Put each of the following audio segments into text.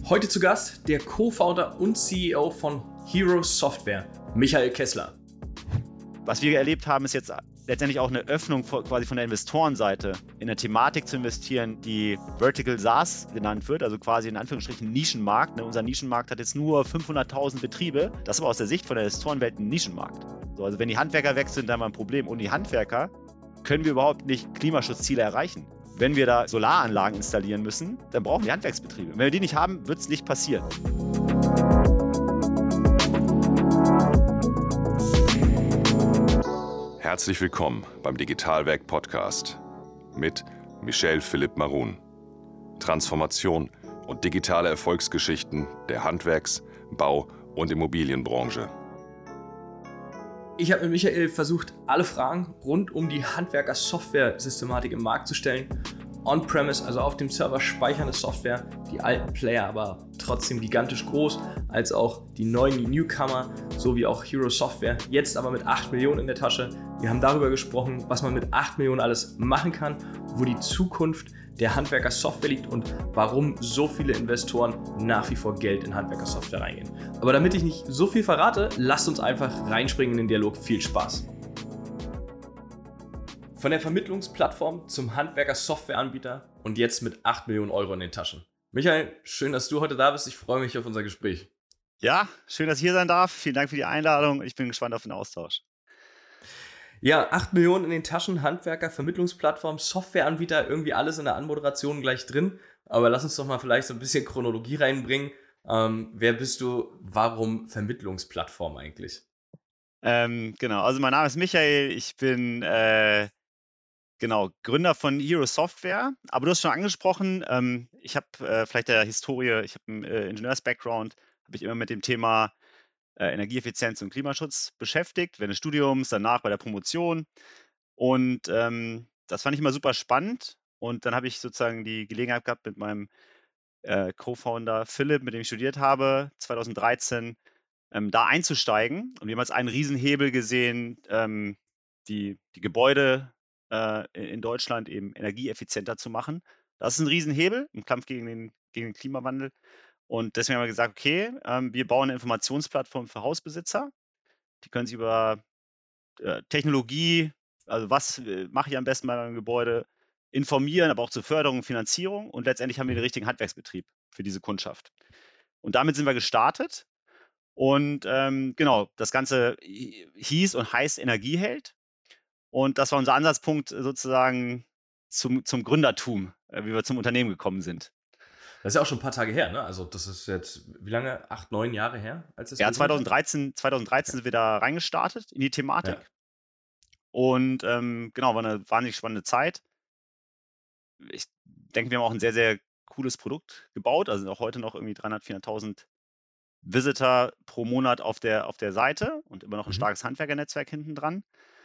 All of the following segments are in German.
Heute zu Gast der Co-Founder und CEO von Hero Software, Michael Kessler. Was wir erlebt haben, ist jetzt letztendlich auch eine Öffnung quasi von der Investorenseite in eine Thematik zu investieren, die Vertical SaaS genannt wird, also quasi in Anführungsstrichen Nischenmarkt. Unser Nischenmarkt hat jetzt nur 500.000 Betriebe. Das ist aber aus der Sicht von der Investorenwelt ein Nischenmarkt. So, also wenn die Handwerker weg sind, dann haben wir ein Problem. Ohne die Handwerker können wir überhaupt nicht Klimaschutzziele erreichen. Wenn wir da Solaranlagen installieren müssen, dann brauchen wir Handwerksbetriebe. Wenn wir die nicht haben, wird es nicht passieren. Herzlich willkommen beim Digitalwerk Podcast mit Michel Philipp Marun. Transformation und digitale Erfolgsgeschichten der Handwerks-, Bau- und Immobilienbranche. Ich habe mit Michael versucht, alle Fragen rund um die Handwerker-Software-Systematik im Markt zu stellen. On-Premise, also auf dem Server speichernde Software, die alten Player, aber trotzdem gigantisch groß, als auch die neuen, die Newcomer, sowie auch Hero Software, jetzt aber mit 8 Millionen in der Tasche. Wir haben darüber gesprochen, was man mit 8 Millionen alles machen kann, wo die Zukunft der Handwerker-Software liegt und warum so viele Investoren nach wie vor Geld in Handwerker-Software reingehen. Aber damit ich nicht so viel verrate, lasst uns einfach reinspringen in den Dialog. Viel Spaß! Von der Vermittlungsplattform zum Handwerker-Software-Anbieter und jetzt mit 8 Millionen Euro in den Taschen. Michael, schön, dass du heute da bist. Ich freue mich auf unser Gespräch. Ja, schön, dass ich hier sein darf. Vielen Dank für die Einladung. Ich bin gespannt auf den Austausch. Ja, 8 Millionen in den Taschen, Handwerker, Vermittlungsplattform, Softwareanbieter, irgendwie alles in der Anmoderation gleich drin. Aber lass uns doch mal vielleicht so ein bisschen Chronologie reinbringen. Wer bist du? Warum Vermittlungsplattform eigentlich? Genau, also mein Name ist Michael. Ich bin Gründer von Hero Software. Aber du hast schon angesprochen, ich habe vielleicht der Historie, ich habe einen Ingenieurs-Background, habe ich immer mit dem Thema Energieeffizienz und Klimaschutz beschäftigt, während des Studiums, danach bei der Promotion. Und das fand ich immer super spannend. Und dann habe ich sozusagen die Gelegenheit gehabt, mit meinem Co-Founder Philipp, mit dem ich studiert habe, 2013, da einzusteigen. Und wir haben als einen Riesenhebel gesehen, die Gebäude in Deutschland eben energieeffizienter zu machen. Das ist ein Riesenhebel im Kampf gegen den Klimawandel. Und deswegen haben wir gesagt, okay, wir bauen eine Informationsplattform für Hausbesitzer. Die können sich über Technologie, also was mache ich am besten bei meinem Gebäude, informieren, aber auch zur Förderung und Finanzierung. Und letztendlich haben wir den richtigen Handwerksbetrieb für diese Kundschaft. Und damit sind wir gestartet. Und das Ganze hieß und heißt Energieheld. Und das war unser Ansatzpunkt sozusagen zum Gründertum, wie wir zum Unternehmen gekommen sind. Das ist ja auch schon ein paar Tage her, ne? Also das ist jetzt, wie lange? 8, 9 Jahre her? Als das 2013 okay. Sind wir da reingestartet in die Thematik. Ja. Und war eine wahnsinnig spannende Zeit. Ich denke, wir haben auch ein sehr, sehr cooles Produkt gebaut. Also auch heute noch irgendwie 300.000, 400.000 Visitor pro Monat auf der Seite und immer noch ein starkes Handwerkernetzwerk hinten dran.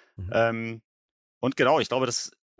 Und genau, ich glaube,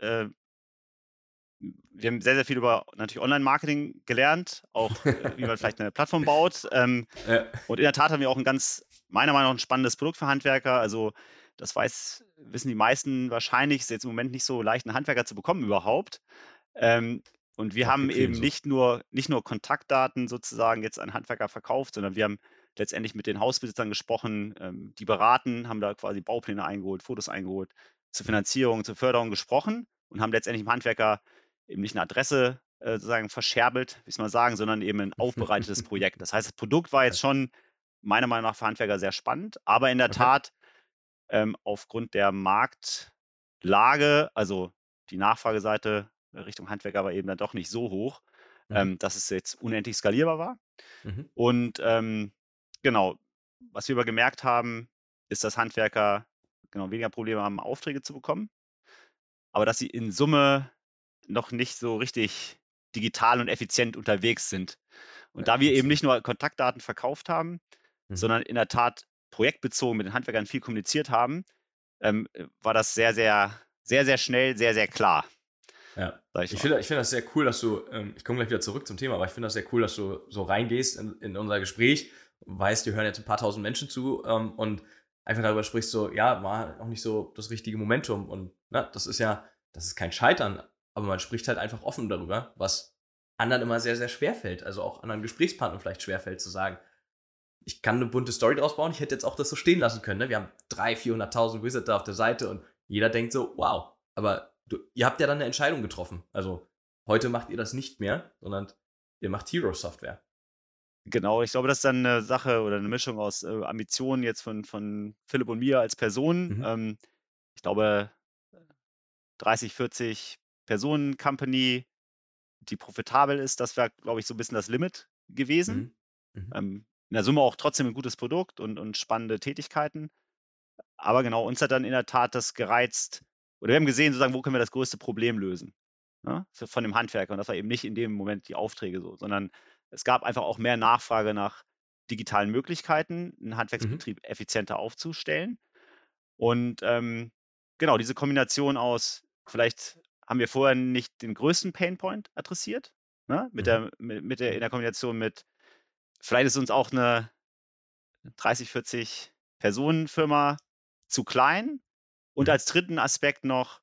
wir haben sehr, sehr viel über natürlich Online-Marketing gelernt, auch wie man vielleicht eine Plattform baut. Und in der Tat haben wir auch meiner Meinung nach, ein spannendes Produkt für Handwerker. Also das wissen die meisten wahrscheinlich, ist jetzt im Moment nicht so leicht, einen Handwerker zu bekommen überhaupt. Und wir haben eben nicht nur Kontaktdaten sozusagen jetzt an Handwerker verkauft, sondern wir haben letztendlich mit den Hausbesitzern gesprochen, die beraten, haben da quasi Baupläne eingeholt, Fotos eingeholt, zur Finanzierung, zur Förderung gesprochen und haben letztendlich dem Handwerker eben nicht eine Adresse sozusagen verscherbelt, wie ich es mal sagen, sondern eben ein aufbereitetes Projekt. Das heißt, das Produkt war jetzt schon meiner Meinung nach für Handwerker sehr spannend, aber in der Tat aufgrund der Marktlage, also die Nachfrageseite Richtung Handwerker war eben dann doch nicht so hoch, dass es jetzt unendlich skalierbar war. Und was wir aber gemerkt haben, ist, dass Handwerker weniger Probleme haben, Aufträge zu bekommen, aber dass sie in Summe noch nicht so richtig digital und effizient unterwegs sind. Und da wir eben nicht nur Kontaktdaten verkauft haben, sondern in der Tat projektbezogen mit den Handwerkern viel kommuniziert haben, war das sehr, sehr, sehr, sehr schnell, sehr, sehr klar. Ja, ich finde das sehr cool, dass du, ich komme gleich wieder zurück zum Thema, aber ich finde das sehr cool, dass du so reingehst in unser Gespräch, weißt, wir hören jetzt ein paar tausend Menschen zu und einfach darüber sprichst, so, ja, war auch nicht so das richtige Momentum und das ist kein Scheitern, aber man spricht halt einfach offen darüber, was anderen immer sehr, sehr schwer fällt. Also auch anderen Gesprächspartnern vielleicht schwerfällt zu sagen, ich kann eine bunte Story draus bauen, ich hätte jetzt auch das so stehen lassen können. Ne? Wir haben 300.000, 400.000 Visitor auf der Seite und jeder denkt so, wow, aber ihr habt ja dann eine Entscheidung getroffen. Also heute macht ihr das nicht mehr, sondern ihr macht Hero-Software. Genau, ich glaube, das ist dann eine Sache oder eine Mischung aus Ambitionen jetzt von Philipp und mir als Person. Ich glaube, 30, 40 Personen Company, die profitabel ist, das wäre, glaube ich, so ein bisschen das Limit gewesen. In der Summe auch trotzdem ein gutes Produkt und spannende Tätigkeiten. Aber genau, uns hat dann in der Tat das gereizt, oder wir haben gesehen, sozusagen, wo können wir das größte Problem lösen, ne? Von dem Handwerker. Und das war eben nicht in dem Moment die Aufträge so, sondern es gab einfach auch mehr Nachfrage nach digitalen Möglichkeiten, einen Handwerksbetrieb effizienter aufzustellen. Und genau, diese Kombination aus, vielleicht haben wir vorher nicht den größten Painpoint adressiert, ne? In der Kombination mit, vielleicht ist uns auch eine 30, 40 Personenfirma zu klein. Und als dritten Aspekt noch,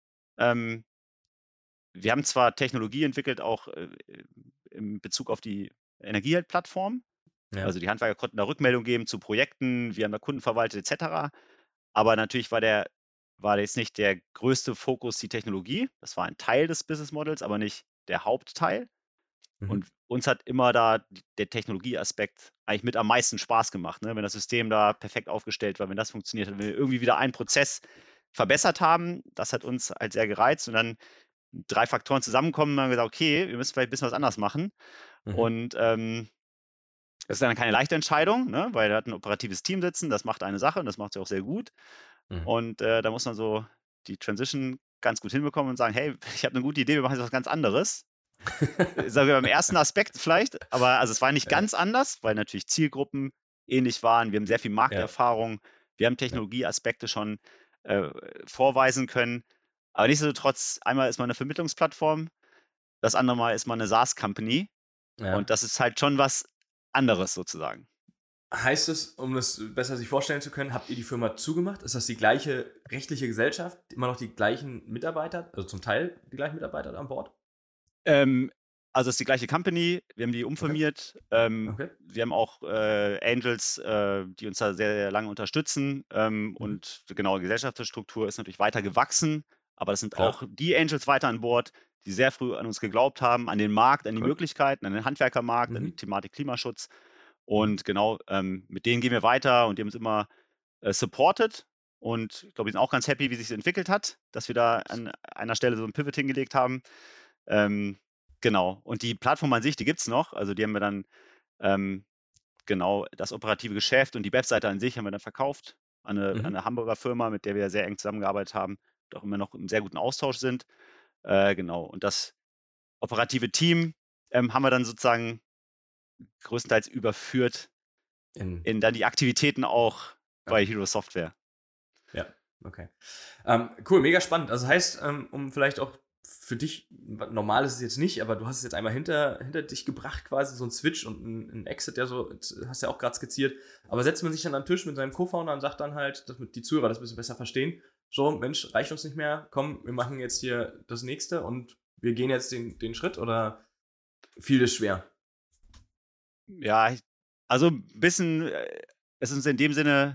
wir haben zwar Technologie entwickelt, auch in Bezug auf die Energieheld-Plattform. Ja. Also die Handwerker konnten da Rückmeldung geben zu Projekten, wir haben da Kunden verwaltet etc. Aber natürlich war jetzt nicht der größte Fokus die Technologie. Das war ein Teil des Business Models, aber nicht der Hauptteil. Und uns hat immer da der Technologieaspekt eigentlich mit am meisten Spaß gemacht, ne? Wenn das System da perfekt aufgestellt war, wenn das funktioniert hat, wenn wir irgendwie wieder einen Prozess verbessert haben, das hat uns halt sehr gereizt. Und dann 3 Faktoren zusammenkommen und haben gesagt, okay, wir müssen vielleicht ein bisschen was anders machen. Und das ist dann keine leichte Entscheidung, ne? Weil da hat ein operatives Team sitzen, das macht eine Sache und das macht sie auch sehr gut. Und da muss man so die Transition ganz gut hinbekommen und sagen, hey, ich habe eine gute Idee, wir machen jetzt was ganz anderes. Sagen wir beim ersten Aspekt vielleicht, aber also es war nicht ganz anders, weil natürlich Zielgruppen ähnlich waren. Wir haben sehr viel Markterfahrung, wir haben Technologieaspekte schon vorweisen können. Aber nichtsdestotrotz, einmal ist man eine Vermittlungsplattform, das andere Mal ist man eine SaaS-Company. Ja. Und das ist halt schon was anderes sozusagen. Heißt es, um das besser sich vorstellen zu können, habt ihr die Firma zugemacht? Ist das die gleiche rechtliche Gesellschaft, immer noch die gleichen Mitarbeiter, also zum Teil die gleichen Mitarbeiter an Bord? Also es ist die gleiche Company, wir haben die umfirmiert. Wir haben auch Angels, die uns da sehr, sehr lange unterstützen. Und genau, die Gesellschaftsstruktur ist natürlich weiter gewachsen, aber das sind auch die Angels weiter an Bord, die sehr früh an uns geglaubt haben, an den Markt, an die Möglichkeiten, an den Handwerkermarkt, an die Thematik Klimaschutz. Und genau, mit denen gehen wir weiter und die haben uns immer supported. Und ich glaube, die sind auch ganz happy, wie sich es entwickelt hat, dass wir da an einer Stelle so ein Pivot hingelegt haben. Genau, und die Plattform an sich, die gibt es noch. Also die haben wir dann, genau, das operative Geschäft und die Webseite an sich haben wir dann verkauft an eine Hamburger Firma, mit der wir sehr eng zusammengearbeitet haben und auch immer noch im sehr guten Austausch sind. Genau, und das operative Team haben wir dann sozusagen größtenteils überführt in dann die Aktivitäten auch bei Hero Software. Ja, okay. Cool, mega spannend. Also heißt, um vielleicht auch für dich, normal ist es jetzt nicht, aber du hast es jetzt einmal hinter dich gebracht, quasi so ein Switch und ein Exit, ja so, hast ja auch gerade skizziert. Aber setzt man sich dann am Tisch mit seinem Co-Founder und sagt dann halt, dass die Zuhörer das ein bisschen besser verstehen, so, Mensch, reicht uns nicht mehr, komm, wir machen jetzt hier das Nächste und wir gehen jetzt den Schritt, oder fiel das schwer? Ja, also ein bisschen, es ist uns in dem Sinne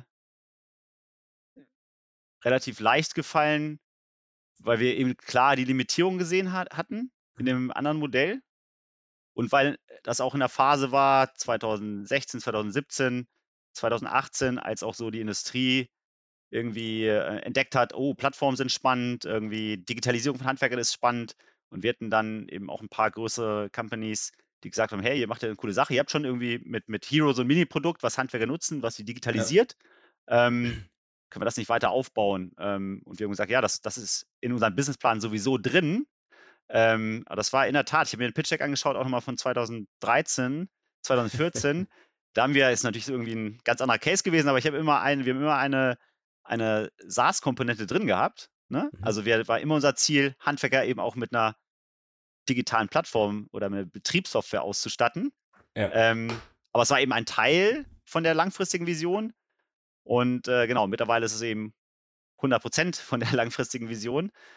relativ leicht gefallen, weil wir eben klar die Limitierung gesehen hatten in dem anderen Modell und weil das auch in der Phase war 2016, 2017, 2018, als auch so die Industrie irgendwie entdeckt hat, oh, Plattformen sind spannend, irgendwie Digitalisierung von Handwerkern ist spannend, und wir hatten dann eben auch ein paar größere Companies, die gesagt haben, hey, ihr macht ja eine coole Sache, ihr habt schon irgendwie mit Hero so ein Mini-Produkt, was Handwerker nutzen, was sie digitalisiert. Können wir das nicht weiter aufbauen? Und wir haben gesagt, ja, das ist in unserem Businessplan sowieso drin. Aber das war in der Tat, ich habe mir den Pitch-Deck angeschaut, auch nochmal von 2013, 2014. Da haben wir, ist natürlich irgendwie ein ganz anderer Case gewesen, aber wir haben immer eine SaaS-Komponente drin gehabt. Ne? Also war immer unser Ziel, Handwerker eben auch mit einer digitalen Plattform oder mit Betriebssoftware auszustatten. Ja. Aber es war eben ein Teil von der langfristigen Vision. Und genau, mittlerweile ist es eben 100% von der langfristigen Vision.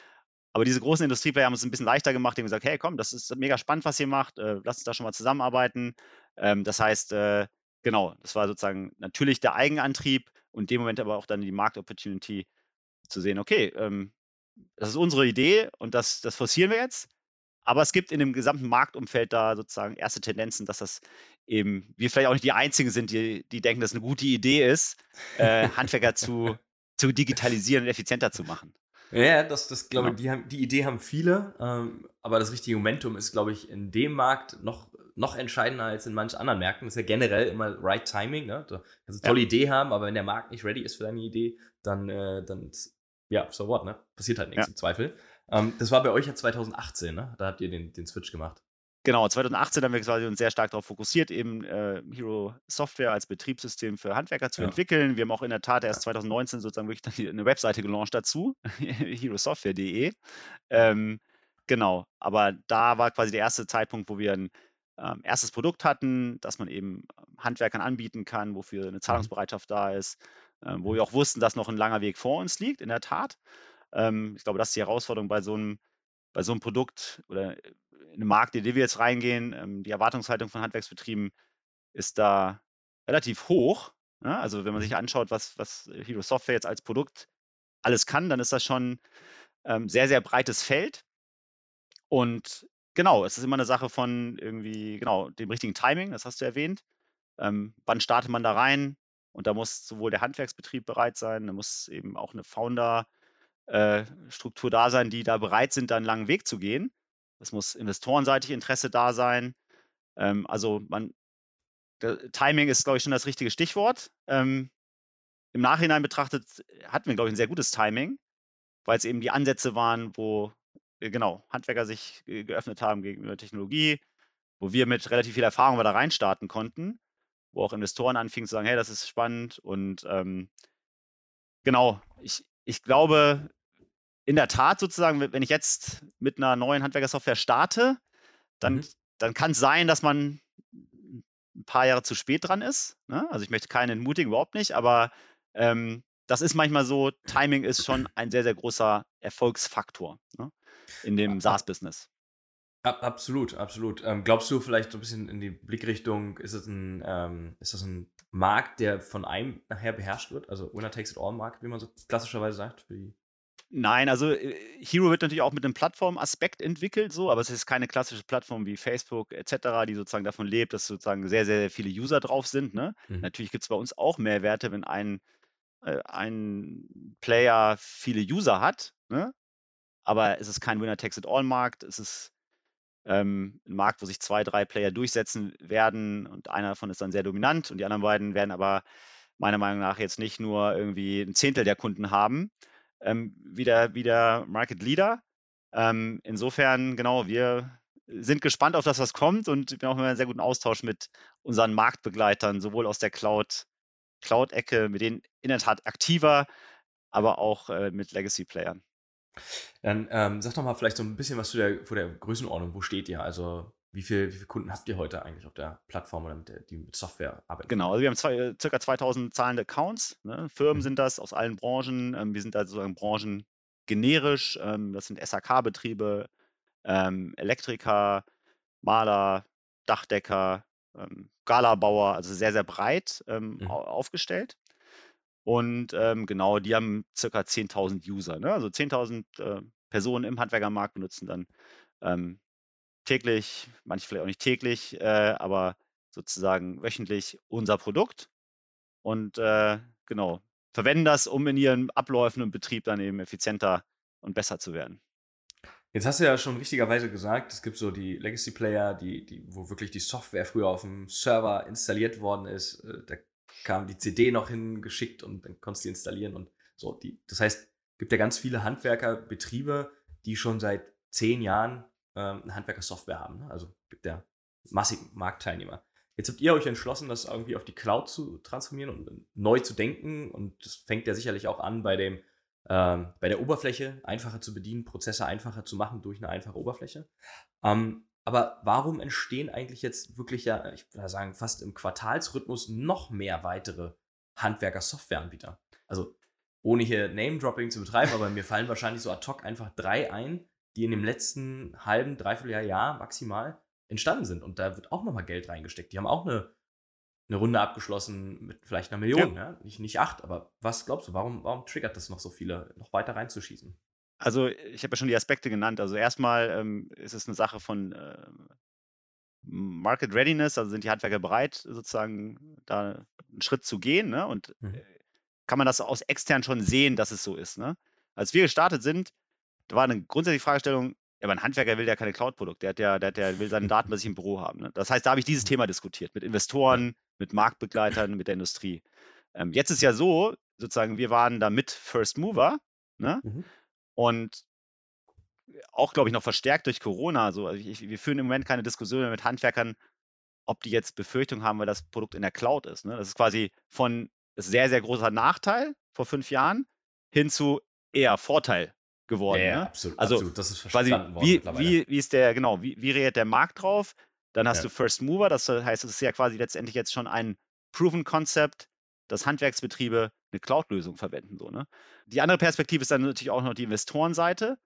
Aber diese großen Industrieplayer haben es ein bisschen leichter gemacht, die haben gesagt, hey, komm, das ist mega spannend, was ihr macht, lasst uns da schon mal zusammenarbeiten. Das heißt, genau, das war sozusagen natürlich der Eigenantrieb und in dem Moment aber auch dann die Marktopportunity zu sehen, okay, das ist unsere Idee und das forcieren wir jetzt. Aber es gibt in dem gesamten Marktumfeld da sozusagen erste Tendenzen, dass das eben, wir vielleicht auch nicht die Einzigen sind, die denken, dass es eine gute Idee ist, Handwerker zu digitalisieren und effizienter zu machen. Ja, das glaube ich, Genau. die Idee haben viele, aber das richtige Momentum ist, glaube ich, in dem Markt noch entscheidender als in manchen anderen Märkten. Das ist ja generell immer right timing, ne? Du kannst eine tolle Idee haben, aber wenn der Markt nicht ready ist für deine Idee, dann ja, so what, ne? Passiert halt nichts im Zweifel. Das war bei euch ja 2018, ne? Da habt ihr den Switch gemacht. Genau, 2018 haben wir quasi uns sehr stark darauf fokussiert, eben Hero Software als Betriebssystem für Handwerker zu entwickeln. Wir haben auch in der Tat erst 2019 sozusagen wirklich dann eine Webseite gelauncht dazu, herosoftware.de. Genau, aber da war quasi der erste Zeitpunkt, wo wir ein erstes Produkt hatten, das man eben Handwerkern anbieten kann, wofür eine Zahlungsbereitschaft da ist, wo wir auch wussten, dass noch ein langer Weg vor uns liegt, in der Tat. Ich glaube, das ist die Herausforderung bei so einem Produkt oder in einem Markt, in den wir jetzt reingehen. Die Erwartungshaltung von Handwerksbetrieben ist da relativ hoch. Ja? Also wenn man sich anschaut, was Hero Software jetzt als Produkt alles kann, dann ist das schon sehr, sehr breites Feld. Und genau, es ist immer eine Sache von irgendwie, genau, dem richtigen Timing, das hast du erwähnt. Wann startet man da rein? Und da muss sowohl der Handwerksbetrieb bereit sein, da muss eben auch eine Founder-Struktur da sein, die da bereit sind, da einen langen Weg zu gehen. Es muss investorenseitig Interesse da sein. Also Timing ist, glaube ich, schon das richtige Stichwort. Im Nachhinein betrachtet hatten wir, glaube ich, ein sehr gutes Timing, weil es eben die Ansätze waren, wo genau Handwerker sich geöffnet haben gegenüber Technologie, wo wir mit relativ viel Erfahrung da reinstarten konnten, wo auch Investoren anfingen zu sagen, hey, das ist spannend. Und genau, ich glaube, in der Tat sozusagen, wenn ich jetzt mit einer neuen Handwerkersoftware starte, dann kann es sein, dass man ein paar Jahre zu spät dran ist. Ne? Also ich möchte keinen entmutigen, überhaupt nicht, aber das ist manchmal so, Timing ist schon ein sehr, sehr großer Erfolgsfaktor, ne? In dem SaaS-Business. Absolut, absolut. Glaubst du vielleicht so ein bisschen in die Blickrichtung, ist das ein Markt, der von einem nachher beherrscht wird? Also Winner takes it all Markt, wie man so klassischerweise sagt? Nein, also Hero wird natürlich auch mit einem Plattformaspekt entwickelt, so, aber es ist keine klassische Plattform wie Facebook etc., die sozusagen davon lebt, dass sozusagen sehr, sehr viele User drauf sind. Ne? Natürlich gibt es bei uns auch Mehrwerte, wenn ein Player viele User hat, ne? Aber es ist kein Winner-Takes-it-all-Markt. Es ist ein Markt, wo sich 2, 3 Player durchsetzen werden und einer davon ist dann sehr dominant und die anderen beiden werden aber meiner Meinung nach jetzt nicht nur irgendwie ein Zehntel der Kunden haben, wie der Market Leader. Insofern, genau, wir sind gespannt auf das, was kommt und wir haben auch immer einen sehr guten Austausch mit unseren Marktbegleitern, sowohl aus der Cloud-Ecke, mit denen in der Tat aktiver, aber auch mit Legacy-Playern. Dann sag doch mal vielleicht so ein bisschen was zu der Größenordnung. Wo steht ihr? Also wie viele Kunden habt ihr heute eigentlich auf der Plattform oder die mit Software arbeiten? Genau, also wir haben ca. 2000 zahlende Accounts. Ne? Firmen sind das aus allen Branchen. Wir sind da sozusagen branchengenerisch. Das sind SAK-Betriebe, Elektriker, Maler, Dachdecker, Galabauer, also sehr, sehr breit aufgestellt. Und genau, die haben ca. 10.000 User. Ne? Also 10.000 Personen im Handwerkermarkt benutzen dann täglich, manche vielleicht auch nicht täglich, aber sozusagen wöchentlich unser Produkt und genau, verwenden das, um in ihren Abläufen und Betrieb dann eben effizienter und besser zu werden. Jetzt hast du ja schon richtigerweise gesagt, es gibt so die Legacy-Player, wo wirklich die Software früher auf dem Server installiert worden ist. Da kam die CD noch hingeschickt und dann konntest du die installieren und so. Das heißt, es gibt ja ganz viele Handwerkerbetriebe, die schon seit 10 Jahren eine Handwerkersoftware haben. Ne? Also gibt ja massig Marktteilnehmer. Jetzt habt ihr euch entschlossen, das irgendwie auf die Cloud zu transformieren und neu zu denken. Und das fängt ja sicherlich auch an bei der Oberfläche, einfacher zu bedienen, Prozesse einfacher zu machen durch eine einfache Oberfläche. Aber warum entstehen eigentlich jetzt wirklich ja, ich würde sagen, fast im Quartalsrhythmus noch mehr weitere Handwerker-Softwareanbieter? Also ohne hier Name-Dropping zu betreiben, aber mir fallen wahrscheinlich so ad hoc einfach 3 ein, die in dem letzten halben, dreiviertel Jahr maximal entstanden sind. Und da wird auch nochmal Geld reingesteckt. Die haben auch eine Runde abgeschlossen mit vielleicht 1 Million. Ja. Nicht 8, aber was glaubst du, warum triggert das noch so viele, noch weiter reinzuschießen? Also ich habe ja schon die Aspekte genannt. Also erstmal ist es eine Sache von Market Readiness, also sind die Handwerker bereit, sozusagen da einen Schritt zu gehen, ne? Und kann man das aus extern schon sehen, dass es so ist, ne? Als wir gestartet sind, da war eine grundsätzliche Fragestellung, ja, aber ein Handwerker will ja keine Cloud-Produkte, der will seine Daten bei sich im Büro haben, ne? Das heißt, da habe ich dieses Thema diskutiert mit Investoren, mit Marktbegleitern, mit der Industrie. Jetzt ist ja so, sozusagen, wir waren da mit First Mover, ne? Und auch, glaube ich, noch verstärkt durch Corona. So. Also wir führen im Moment keine Diskussion mehr mit Handwerkern, ob die jetzt Befürchtung haben, weil das Produkt in der Cloud ist. Ne? Das ist quasi von sehr, sehr großer Nachteil vor 5 Jahren hin zu eher Vorteil geworden. Ja, ne? absolut, also absolut. Das ist quasi, verstanden worden wie mittlerweile. ist wie reagiert der Markt drauf? Dann hast du First Mover, das heißt, es ist ja quasi letztendlich jetzt schon ein Proven Concept, dass Handwerksbetriebe eine Cloud-Lösung verwenden. So, ne? Die andere Perspektive ist dann natürlich auch noch die Investorenseite.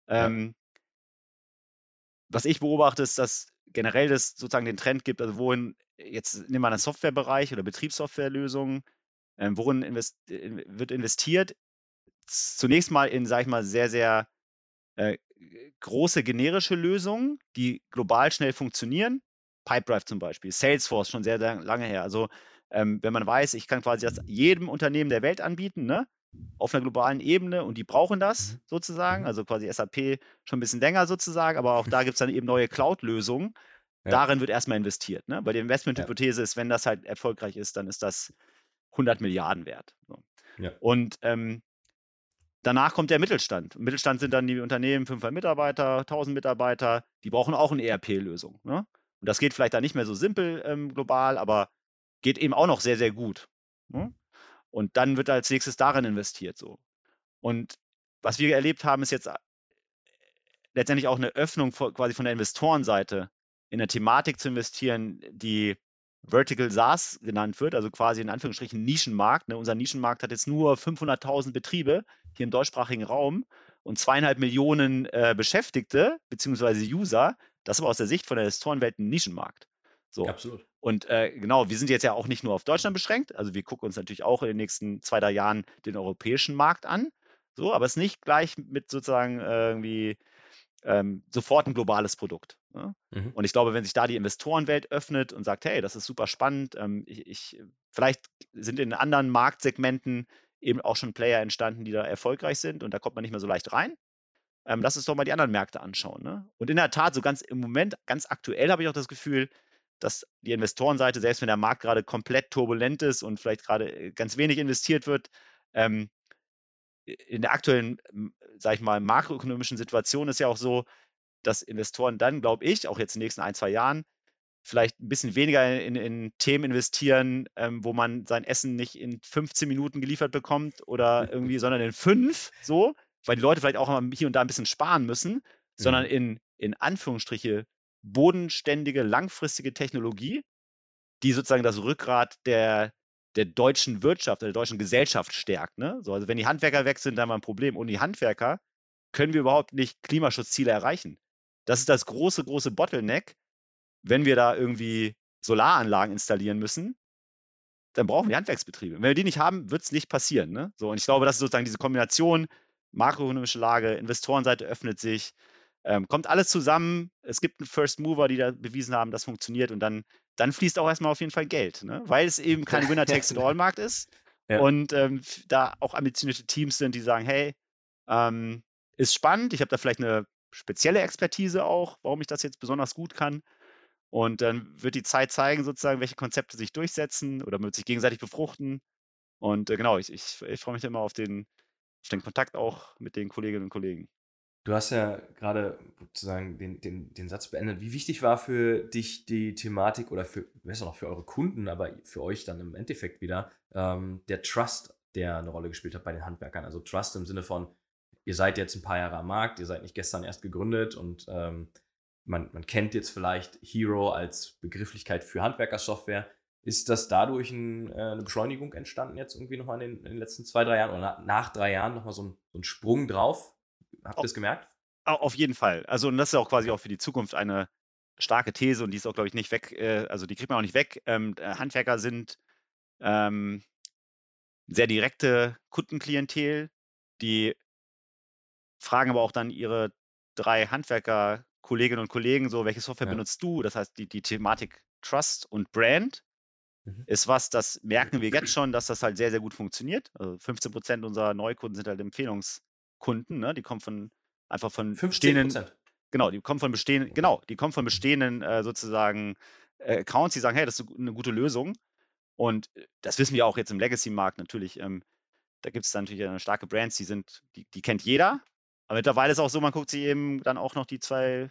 Was ich beobachte, ist, dass generell das sozusagen den Trend gibt, also wohin, jetzt nehmen wir einen Softwarebereich oder Betriebssoftwarelösungen, worin wird investiert? Zunächst mal in, sag ich mal, sehr, sehr große generische Lösungen, die global schnell funktionieren. Pipedrive zum Beispiel, Salesforce schon sehr, sehr lange her. Also wenn man weiß, ich kann quasi das jedem Unternehmen der Welt anbieten, ne? Auf einer globalen Ebene und die brauchen das sozusagen, also quasi SAP schon ein bisschen länger sozusagen, aber auch da gibt es dann eben neue Cloud-Lösungen. Darin wird erstmal investiert. Ne? Weil die Investmenthypothese ist, wenn das halt erfolgreich ist, dann ist das 100 Milliarden wert. So. Und danach kommt der Mittelstand. Im Mittelstand sind dann die Unternehmen 500 Mitarbeiter, 1000 Mitarbeiter, die brauchen auch eine ERP-Lösung. Ne? Und das geht vielleicht da nicht mehr so simpel global, aber geht eben auch noch sehr, sehr gut. Ne? Und dann wird als nächstes darin investiert. So. Und was wir erlebt haben, ist jetzt letztendlich auch eine Öffnung quasi von der Investorenseite in eine Thematik zu investieren, die Vertical SaaS genannt wird, also quasi in Anführungsstrichen Nischenmarkt. Ne? Unser Nischenmarkt hat jetzt nur 500.000 Betriebe hier im deutschsprachigen Raum und 2,5 Millionen Beschäftigte bzw. User. Das ist aber aus der Sicht von der Investorenwelt ein Nischenmarkt. So. Absolut. Und genau, wir sind jetzt ja auch nicht nur auf Deutschland beschränkt, also wir gucken uns natürlich auch in den nächsten 2, 3 Jahren den europäischen Markt an, so, aber es ist nicht gleich mit sozusagen irgendwie sofort ein globales Produkt. Ne? Und ich glaube, wenn sich da die Investorenwelt öffnet und sagt, hey, das ist super spannend, vielleicht sind in anderen Marktsegmenten eben auch schon Player entstanden, die da erfolgreich sind und da kommt man nicht mehr so leicht rein. Lass uns doch mal die anderen Märkte anschauen. Ne? Und in der Tat, so ganz im Moment, ganz aktuell habe ich auch das Gefühl, dass die Investorenseite, selbst wenn der Markt gerade komplett turbulent ist und vielleicht gerade ganz wenig investiert wird, in der aktuellen, sage ich mal, makroökonomischen Situation ist ja auch so, dass Investoren dann, glaube ich, auch jetzt in den nächsten 1, 2 Jahren, vielleicht ein bisschen weniger in Themen investieren, wo man sein Essen nicht in 15 Minuten geliefert bekommt oder irgendwie, sondern in 5, so, weil die Leute vielleicht auch mal hier und da ein bisschen sparen müssen, sondern in Anführungsstriche bodenständige, langfristige Technologie, die sozusagen das Rückgrat der deutschen Wirtschaft, der deutschen Gesellschaft stärkt. Ne? So, also wenn die Handwerker weg sind, dann haben wir ein Problem. Ohne die Handwerker können wir überhaupt nicht Klimaschutzziele erreichen. Das ist das große, große Bottleneck. Wenn wir da irgendwie Solaranlagen installieren müssen, dann brauchen wir Handwerksbetriebe. Wenn wir die nicht haben, wird es nicht passieren. Ne? So, und ich glaube, das ist sozusagen diese Kombination, makroökonomische Lage, Investorenseite öffnet sich, kommt alles zusammen. Es gibt einen First Mover, die da bewiesen haben, das funktioniert und dann fließt auch erstmal auf jeden Fall Geld, ne? Weil es eben kein Winner-Takes-it-all-Markt ist und da auch ambitionierte Teams sind, die sagen, hey, ist spannend, ich habe da vielleicht eine spezielle Expertise auch, warum ich das jetzt besonders gut kann. Und dann wird die Zeit zeigen, sozusagen, welche Konzepte sich durchsetzen oder sich gegenseitig befruchten. Und genau, ich freue mich immer auf den Kontakt auch mit den Kolleginnen und Kollegen. Du hast ja gerade sozusagen den Satz beendet. Wie wichtig war für dich die Thematik oder besser noch für eure Kunden, aber für euch dann im Endeffekt wieder, der Trust, der eine Rolle gespielt hat bei den Handwerkern? Also Trust im Sinne von, ihr seid jetzt ein paar Jahre am Markt, ihr seid nicht gestern erst gegründet und man kennt jetzt vielleicht Hero als Begrifflichkeit für Handwerkersoftware. Ist das dadurch eine Beschleunigung entstanden jetzt irgendwie nochmal in den letzten 2, 3 Jahren oder nach 3 Jahren nochmal so ein Sprung drauf? Habt ihr das gemerkt? Auf jeden Fall. Also, und das ist auch quasi auch für die Zukunft eine starke These und die ist auch, glaube ich, nicht weg, also die kriegt man auch nicht weg. Handwerker sind sehr direkte Kundenklientel, die fragen aber auch dann ihre 3 Handwerker-Kolleginnen und Kollegen so: „Welche Software Ja. benutzt du?“ Das heißt, die Thematik Trust und Brand Mhm. ist was, das merken wir jetzt schon, dass das halt sehr, sehr gut funktioniert. Also 15% unserer Neukunden sind halt Empfehlungskunden, ne? Die kommen einfach von bestehenden 15%. genau, die kommen von bestehenden, sozusagen, Accounts, die sagen: „Hey, das ist 'ne gute Lösung.“ Und, das wissen wir auch jetzt im Legacy-Markt natürlich, da gibt es natürlich, starke Brands, die kennt jeder. Aber mittlerweile ist auch so, man guckt sich eben dann auch noch die 2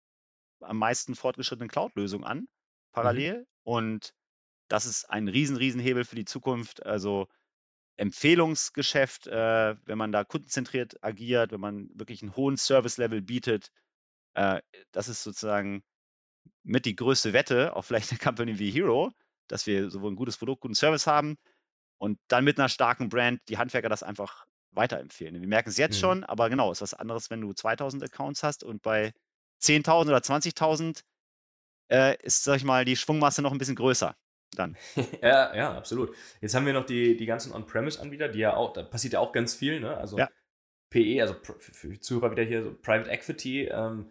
am meisten fortgeschrittenen Cloud-Lösungen an, Mhm. parallel. Und das ist ein Riesenhebel für die Zukunft. Also, Empfehlungsgeschäft, wenn man da kundenzentriert agiert, wenn man wirklich einen hohen Service-Level bietet, äh, das ist sozusagen mit die größte Wette auf vielleicht 'ne Company wie Hero, dass wir sowohl ein gutes Produkt, guten Service haben und dann mit einer starken Brand die Handwerker das einfach weiterempfehlen. Wir merken es jetzt Mhm. schon, aber genau, ist was anderes, wenn du 2.000 Accounts hast und bei 10.000 oder 20.000 ist, sage ich mal, die Schwungmasse noch ein bisschen größer dann. Ja, ja, absolut. Jetzt haben wir noch die ganzen On-Premise-Anbieter, die ja auch, da passiert ja auch ganz viel, ne? Also Ja. PE, also für die Zuhörer wieder hier so Private Equity,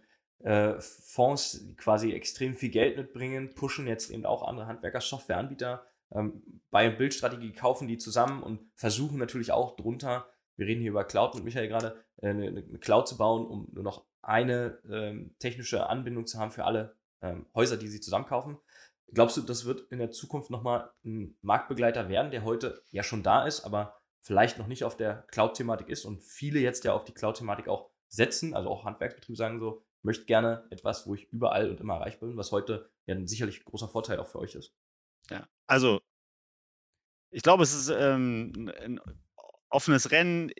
Fonds, die quasi extrem viel Geld mitbringen, pushen jetzt eben auch andere Handwerker-Softwareanbieter. Buy- und Build-Strategie kaufen die zusammen und versuchen natürlich auch drunter, wir reden hier über Cloud mit Michael gerade, eine Cloud zu bauen, um nur noch eine technische Anbindung zu haben für alle Häuser, die sie zusammenkaufen. Glaubst du, das wird in der Zukunft nochmal ein Marktbegleiter werden, der heute ja schon da ist, aber vielleicht noch nicht auf der Cloud-Thematik ist und viele jetzt ja auf die Cloud-Thematik auch setzen, also auch Handwerksbetriebe sagen so, ich möchte gerne etwas, wo ich überall und immer erreichbar bin, was heute ja ein sicherlich großer Vorteil auch für euch ist. Ja. Also, ich glaube, es ist, 'n offenes Rennen,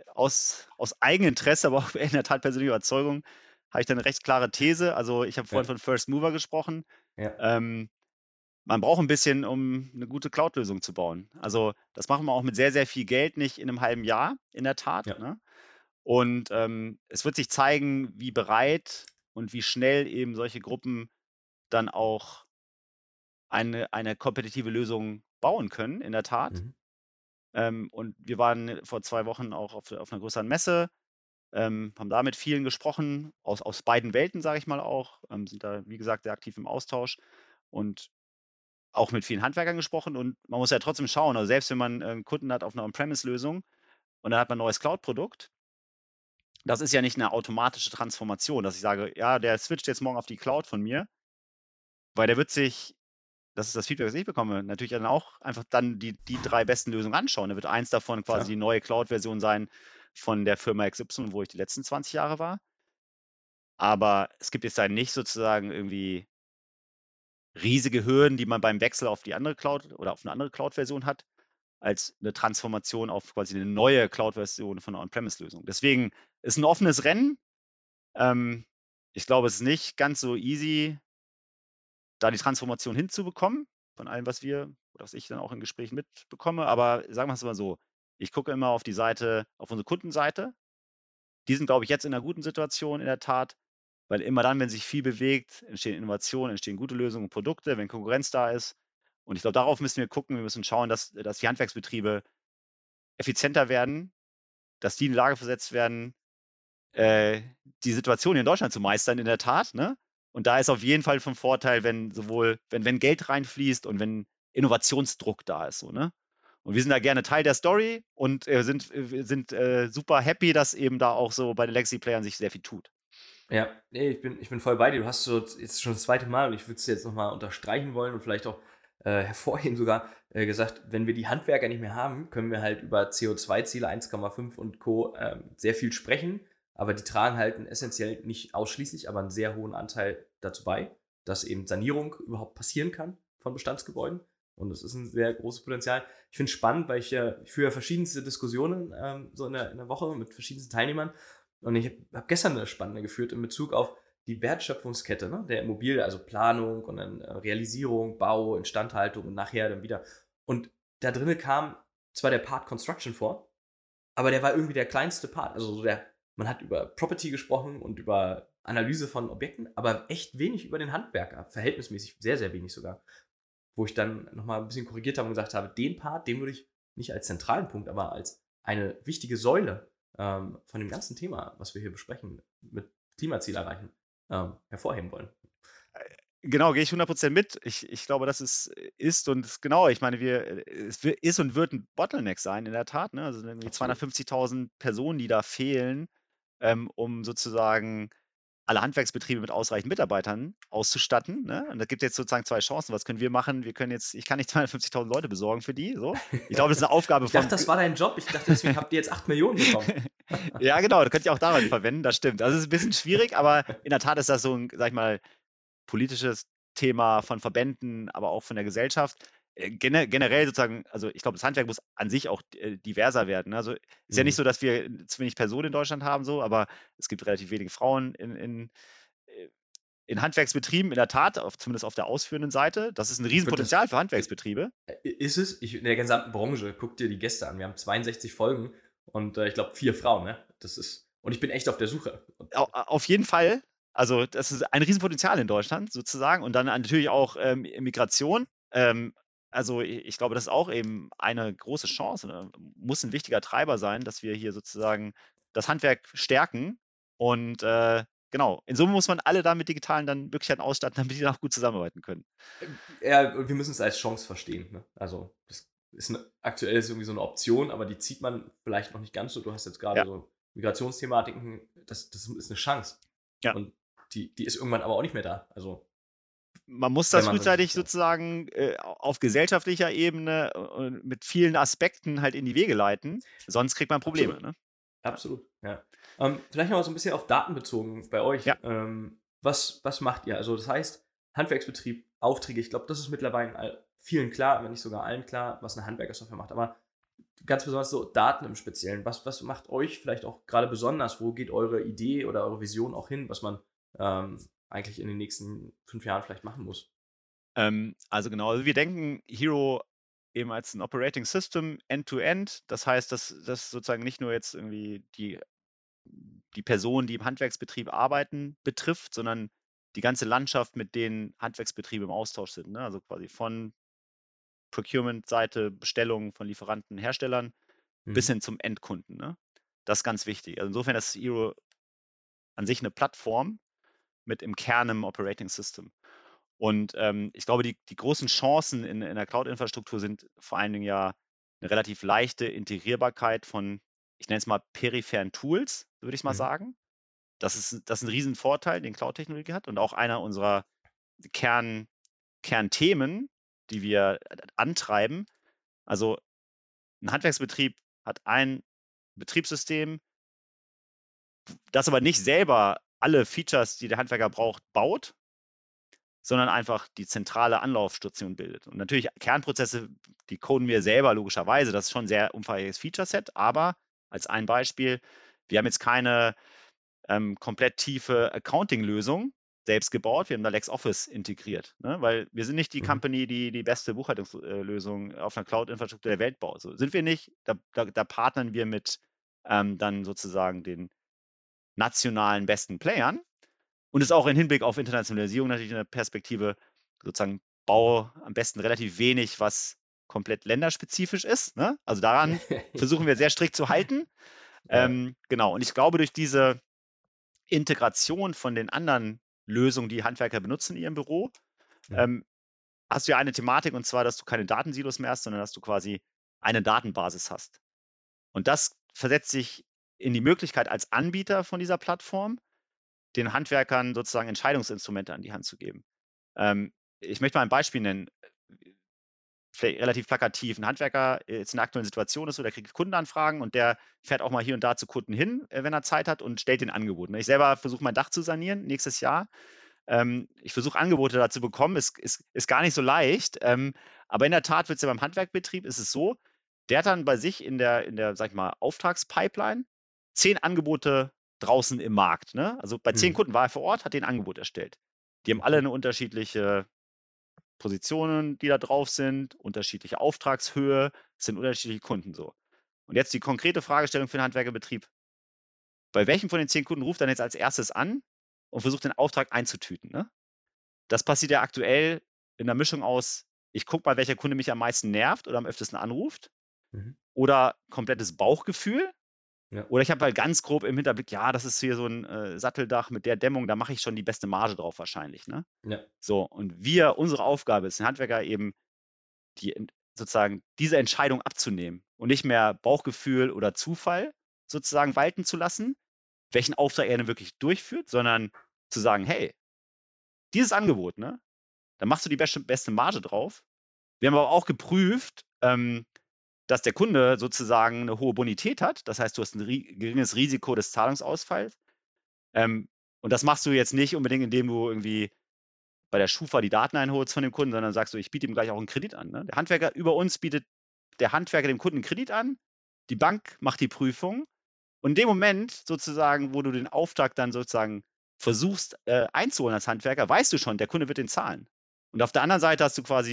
aus Eigeninteresse, aber auch in der Tat persönlicher Überzeugung, habe ich da 'ne recht klare These. Also, ich habe vorhin Ja, von First Mover gesprochen. ja, Ähm, Man braucht ein bisschen, um eine gute Cloud-Lösung zu bauen. Also, das machen wir auch mit sehr, sehr viel Geld nicht in einem halben Jahr, in der Tat, ja. ne? Und, es wird sich zeigen, wie bereit und wie schnell eben solche Gruppen dann auch eine kompetitive Lösung bauen können, in der Tat. Mhm. Und wir waren vor 2 Wochen auch auf 'ner größeren Messe, haben da mit vielen gesprochen, aus beiden Welten, sage ich mal auch, sind da, wie gesagt, sehr aktiv im Austausch und auch mit vielen Handwerkern gesprochen. Und man muss ja trotzdem schauen, also selbst wenn man, 'n Kunden hat auf 'ner On-Premise-Lösung und dann hat man 'n neues Cloud-Produkt, das ist ja nicht eine automatische Transformation, dass ich sage: „Ja, der switcht jetzt morgen auf die Cloud von mir“, weil der wird sich, das ist das Feedback, das ich bekomme, natürlich dann auch einfach dann die 3 besten Lösungen anschauen. Da wird eins davon quasi die Klar. neue Cloud-Version sein von der Firma XY, wo ich die letzten 20 Jahre war. Aber es gibt jetzt da nicht sozusagen irgendwie riesige Hürden, die man beim Wechsel auf die andere Cloud oder auf 'ne andere Cloud-Version hat, als 'ne Transformation auf quasi 'ne neue Cloud-Version von 'ner On-Premise-Lösung. Deswegen ist 'n offenes Rennen. Ähm, Ich glaube, es ist nicht ganz so easy, da die Transformation hinzubekommen, von allem, was wir oder was ich dann auch in Gesprächen mitbekomme. Aber sagen wir es mal so, ich gucke immer auf die Seite, auf unsere Kundenseite. Die sind, glaube ich, jetzt in 'ner guten Situation in der Tat, weil immer dann, wenn sich viel bewegt, entstehen Innovationen, entstehen gute Lösungen und Produkte, wenn Konkurrenz da ist. Und ich glaube, darauf müssen wir gucken. Wir müssen schauen, dass die Handwerksbetriebe effizienter werden, dass die in die Lage versetzt werden, äh, die Situation in Deutschland zu meistern in der Tat, ne? Und da ist auf jeden Fall von Vorteil, wenn Geld reinfließt und wenn Innovationsdruck da ist so, ne? Und wir sind da gerne Teil der Story und, sind super happy, dass eben da auch so bei den Legacy-Playern sich sehr viel tut. Ja, nee, ich bin voll bei dir. Du hast so jetzt schon das zweite Mal und ich würde es jetzt nochmal unterstreichen wollen und vielleicht auch hervorheben sogar, gesagt, wenn wir die Handwerker nicht mehr haben, können wir halt über CO2-Ziele 1,5 und Co. Sehr viel sprechen, aber die tragen halt essentiell nicht ausschließlich, aber einen sehr hohen Anteil dazu bei, dass eben Sanierung überhaupt passieren kann von Bestandsgebäuden. Und das ist ein sehr großes Potenzial. Ich finde es spannend, weil ich führe verschiedenste Diskussionen so in der Woche mit verschiedensten Teilnehmern und ich habe gestern eine spannende geführt in Bezug auf die Wertschöpfungskette, ne, der Immobilie, also Planung und dann Realisierung, Bau, Instandhaltung und nachher dann wieder. Und da drinnen kam zwar der Part Construction vor, aber der war irgendwie der kleinste Part. Also so man hat über Property gesprochen und über Analyse von Objekten, aber echt wenig über den Handwerker, verhältnismäßig sehr, sehr wenig sogar. Wo ich dann nochmal ein bisschen korrigiert habe und gesagt habe, den Part, den würde ich nicht als zentralen Punkt, aber als eine wichtige Säule von dem ganzen Thema, was wir hier besprechen, mit Klimaziel erreichen, hervorheben wollen. Genau, gehe ich 100% mit. Ich glaube, das ist und genau, ich meine, es ist und wird ein Bottleneck sein, in der Tat. Ne? Also irgendwie Absolut. 250.000 Personen, die da fehlen, um sozusagen alle Handwerksbetriebe mit ausreichend Mitarbeitern auszustatten. Ne? Und da gibt es jetzt sozusagen zwei Chancen. Was können wir machen? Ich kann nicht 250.000 Leute besorgen für die. So. Ich glaube, das ist eine Aufgabe Ich dachte, das war dein Job. Ich dachte, deswegen habt ihr jetzt 8 Millionen bekommen. Ja, genau, da könnt ihr auch daran verwenden, das stimmt. Also es ist ein bisschen schwierig, aber in der Tat ist das so ein, sag ich mal, politisches Thema von Verbänden, aber auch von der Gesellschaft. Generell sozusagen, also ich glaube, das Handwerk muss an sich auch diverser werden. Also ist ja nicht so, dass wir zu wenig Personen in Deutschland haben, so, aber es gibt relativ wenige Frauen in Handwerksbetrieben, in der Tat, zumindest auf der ausführenden Seite. Das ist ein Riesenpotenzial für Handwerksbetriebe. Ist es? In der gesamten Branche, guck dir die Gäste an. Wir haben 62 Folgen und ich glaube 4 Frauen. Ne? Und ich bin echt auf der Suche. Auf jeden Fall. Also das ist ein Riesenpotenzial in Deutschland sozusagen und dann natürlich auch Migration. Also ich glaube, das ist auch eben eine große Chance, ne? Muss ein wichtiger Treiber sein, dass wir hier sozusagen das Handwerk stärken und genau, in Summe muss man alle da mit digitalen dann Möglichkeiten ausstatten, damit die dann auch gut zusammenarbeiten können. Ja, und wir müssen es als Chance verstehen. Ne? Also das ist aktuell ist irgendwie so eine Option, aber die zieht man vielleicht noch nicht ganz so. Du hast jetzt gerade so Migrationsthematiken, das ist eine Chance. Ja. Und die ist irgendwann aber auch nicht mehr da. Also man muss das frühzeitig sozusagen auf gesellschaftlicher Ebene mit vielen Aspekten halt in die Wege leiten, sonst kriegt man Probleme. Absolut, ne? Absolut, ja. Vielleicht noch mal so ein bisschen auf Daten bezogen bei euch. Ja. Was macht ihr? Also das heißt, Handwerksbetrieb, Aufträge, ich glaube, das ist mittlerweile vielen klar, wenn nicht sogar allen klar, was eine Handwerkersoftware macht. Aber ganz besonders so Daten im Speziellen. Was macht euch vielleicht auch gerade besonders? Wo geht eure Idee oder eure Vision auch hin, was man eigentlich in den nächsten 5 Jahren vielleicht machen muss? Also genau, also wir denken Hero eben als ein Operating System end-to-end. Das heißt, dass das sozusagen nicht nur jetzt irgendwie die Personen, die im Handwerksbetrieb arbeiten, betrifft, sondern die ganze Landschaft, mit denen Handwerksbetriebe im Austausch sind. Ne? Also quasi von Procurement-Seite, Bestellungen von Lieferanten, Herstellern bis hin zum Endkunden. Ne? Das ist ganz wichtig. Also insofern ist Hero an sich eine Plattform mit im Kern einem Operating System. Und ich glaube, die großen Chancen in der Cloud-Infrastruktur sind vor allen Dingen ja eine relativ leichte Integrierbarkeit von, ich nenne es mal, peripheren Tools, würde ich mal sagen. Das ist ein Riesenvorteil, den Cloud-Technologie hat und auch einer unserer Kernthemen, die wir antreiben. Also ein Handwerksbetrieb hat ein Betriebssystem, das aber nicht selber alle Features, die der Handwerker braucht, baut, sondern einfach die zentrale Anlaufstation bildet. Und natürlich Kernprozesse, die coden wir selber logischerweise. Das ist schon ein sehr umfangreiches Feature-Set, aber als ein Beispiel, wir haben jetzt keine komplett tiefe Accounting-Lösung selbst gebaut. Wir haben da LexOffice integriert, ne? Weil wir sind nicht die Company, die die beste Buchhaltungslösung auf einer Cloud-Infrastruktur der Welt baut. So sind wir nicht. Da partnern wir mit dann sozusagen den nationalen besten Playern. Und ist auch im Hinblick auf Internationalisierung natürlich eine Perspektive, sozusagen baue am besten relativ wenig, was komplett länderspezifisch ist. Ne? Also daran versuchen wir sehr strikt zu halten. Genau, und ich glaube, durch diese Integration von den anderen Lösungen, die Handwerker benutzen in ihrem Büro, hast du ja eine Thematik, und zwar, dass du keine Datensilos mehr hast, sondern dass du quasi eine Datenbasis hast. Und das versetzt sich in die Möglichkeit als Anbieter von dieser Plattform, den Handwerkern sozusagen Entscheidungsinstrumente an die Hand zu geben. Ich möchte mal ein Beispiel nennen, vielleicht relativ plakativ. Ein Handwerker jetzt in der aktuellen Situation ist so, der kriegt Kundenanfragen und der fährt auch mal hier und da zu Kunden hin, wenn er Zeit hat und stellt den Angebot. Ich selber versuche mein Dach zu sanieren nächstes Jahr. Ich versuche Angebote da zu bekommen, ist gar nicht so leicht, aber in der Tat wird es ja beim Handwerkbetrieb, ist es so, der hat dann bei sich in der sag ich mal, Auftragspipeline 10 Angebote draußen im Markt. Ne? Also bei 10 Kunden war er vor Ort, hat den Angebot erstellt. Die haben alle eine unterschiedliche Positionen, die da drauf sind, unterschiedliche Auftragshöhe, es sind unterschiedliche Kunden so. Und jetzt die konkrete Fragestellung für den Handwerkerbetrieb. Bei welchem von den 10 Kunden ruft dann jetzt als erstes an und versucht den Auftrag einzutüten? Ne? Das passiert ja aktuell in der Mischung aus, ich gucke mal, welcher Kunde mich am meisten nervt oder am öftesten anruft, oder komplettes Bauchgefühl. Ja. Oder ich habe halt ganz grob im Hinterblick, ja, das ist hier so ein Satteldach mit der Dämmung, da mache ich schon die beste Marge drauf wahrscheinlich. Ne? Ja. So, und unsere Aufgabe ist, den Handwerker eben sozusagen diese Entscheidung abzunehmen und nicht mehr Bauchgefühl oder Zufall sozusagen walten zu lassen, welchen Auftrag er denn wirklich durchführt, sondern zu sagen, hey, dieses Angebot, ne, da machst du die beste Marge drauf. Wir haben aber auch geprüft, dass der Kunde sozusagen eine hohe Bonität hat. Das heißt, du hast ein geringes Risiko des Zahlungsausfalls. Und das machst du jetzt nicht unbedingt, indem du irgendwie bei der Schufa die Daten einholst von dem Kunden, sondern sagst du, ich biete ihm gleich auch einen Kredit an. Ne? Der Handwerker über uns bietet der Handwerker dem Kunden einen Kredit an, die Bank macht die Prüfung und in dem Moment sozusagen, wo du den Auftrag dann sozusagen versuchst einzuholen als Handwerker, weißt du schon, der Kunde wird den zahlen. Und auf der anderen Seite hast du quasi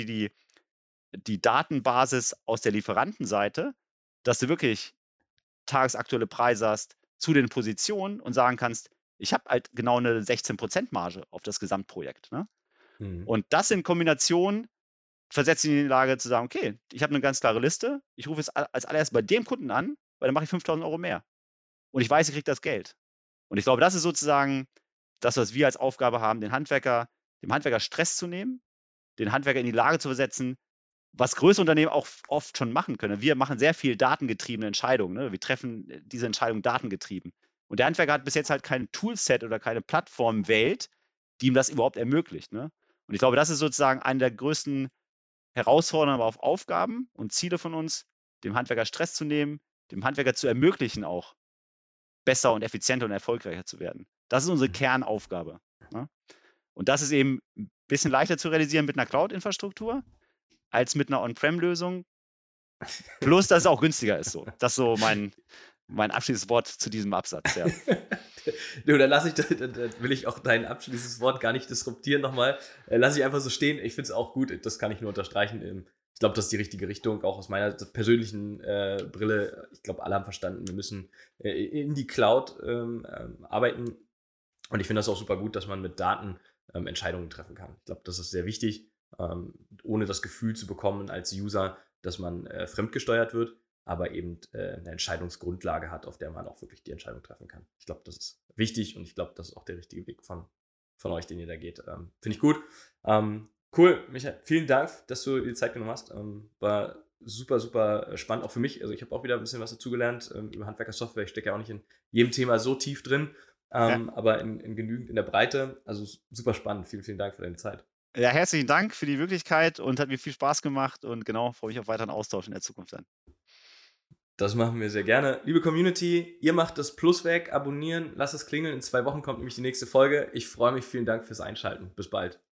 die Datenbasis aus der Lieferantenseite, dass du wirklich tagesaktuelle Preise hast zu den Positionen und sagen kannst, ich habe halt genau eine 16% Marge auf das Gesamtprojekt. Ne? Und das in Kombination versetzt ihn in die Lage zu sagen, okay, ich habe eine ganz klare Liste, ich rufe jetzt als allererst bei dem Kunden an, weil dann mache ich 5.000 Euro mehr. Und ich weiß, ich kriege das Geld. Und ich glaube, das ist sozusagen das, was wir als Aufgabe haben, dem Handwerker Stress zu nehmen, den Handwerker in die Lage zu versetzen, was größere Unternehmen auch oft schon machen können. Wir machen sehr viel datengetriebene Entscheidungen. Ne? Wir treffen diese Entscheidung datengetrieben. Und der Handwerker hat bis jetzt halt kein Toolset oder keine Plattformwelt, die ihm das überhaupt ermöglicht. Ne? Und ich glaube, das ist sozusagen eine der größten Herausforderungen, aber auch Aufgaben und Ziele von uns, dem Handwerker Stress zu nehmen, dem Handwerker zu ermöglichen, auch besser und effizienter und erfolgreicher zu werden. Das ist unsere Kernaufgabe. Ne? Und das ist eben ein bisschen leichter zu realisieren mit einer Cloud-Infrastruktur als mit einer On-Prem-Lösung. Plus, dass es auch günstiger ist. So. Das ist so mein abschließendes Wort zu diesem Absatz. Ja. Dann will ich auch dein abschließendes Wort gar nicht disruptieren nochmal. Lass ich einfach so stehen. Ich finde es auch gut. Das kann ich nur unterstreichen. Ich glaube, das ist die richtige Richtung, auch aus meiner persönlichen Brille. Ich glaube, alle haben verstanden, wir müssen in die Cloud arbeiten. Und ich finde das auch super gut, dass man mit Daten Entscheidungen treffen kann. Ich glaube, das ist sehr wichtig, ohne das Gefühl zu bekommen als User, dass man fremdgesteuert wird, aber eben eine Entscheidungsgrundlage hat, auf der man auch wirklich die Entscheidung treffen kann. Ich glaube, das ist wichtig und ich glaube, das ist auch der richtige Weg von euch, den ihr da geht. Finde ich gut. Cool, Michael, vielen Dank, dass du dir die Zeit genommen hast. War super, super spannend, auch für mich. Also ich habe auch wieder ein bisschen was dazugelernt über Handwerkersoftware. Ich stecke ja auch nicht in jedem Thema so tief drin, aber in genügend in der Breite. Also super spannend. Vielen, vielen Dank für deine Zeit. Ja, herzlichen Dank für die Möglichkeit und hat mir viel Spaß gemacht und genau, freue mich auf weiteren Austausch in der Zukunft dann. Das machen wir sehr gerne. Liebe Community, ihr macht das Plus weg, abonnieren, lasst es klingeln. In 2 Wochen kommt nämlich die nächste Folge. Ich freue mich, vielen Dank fürs Einschalten. Bis bald.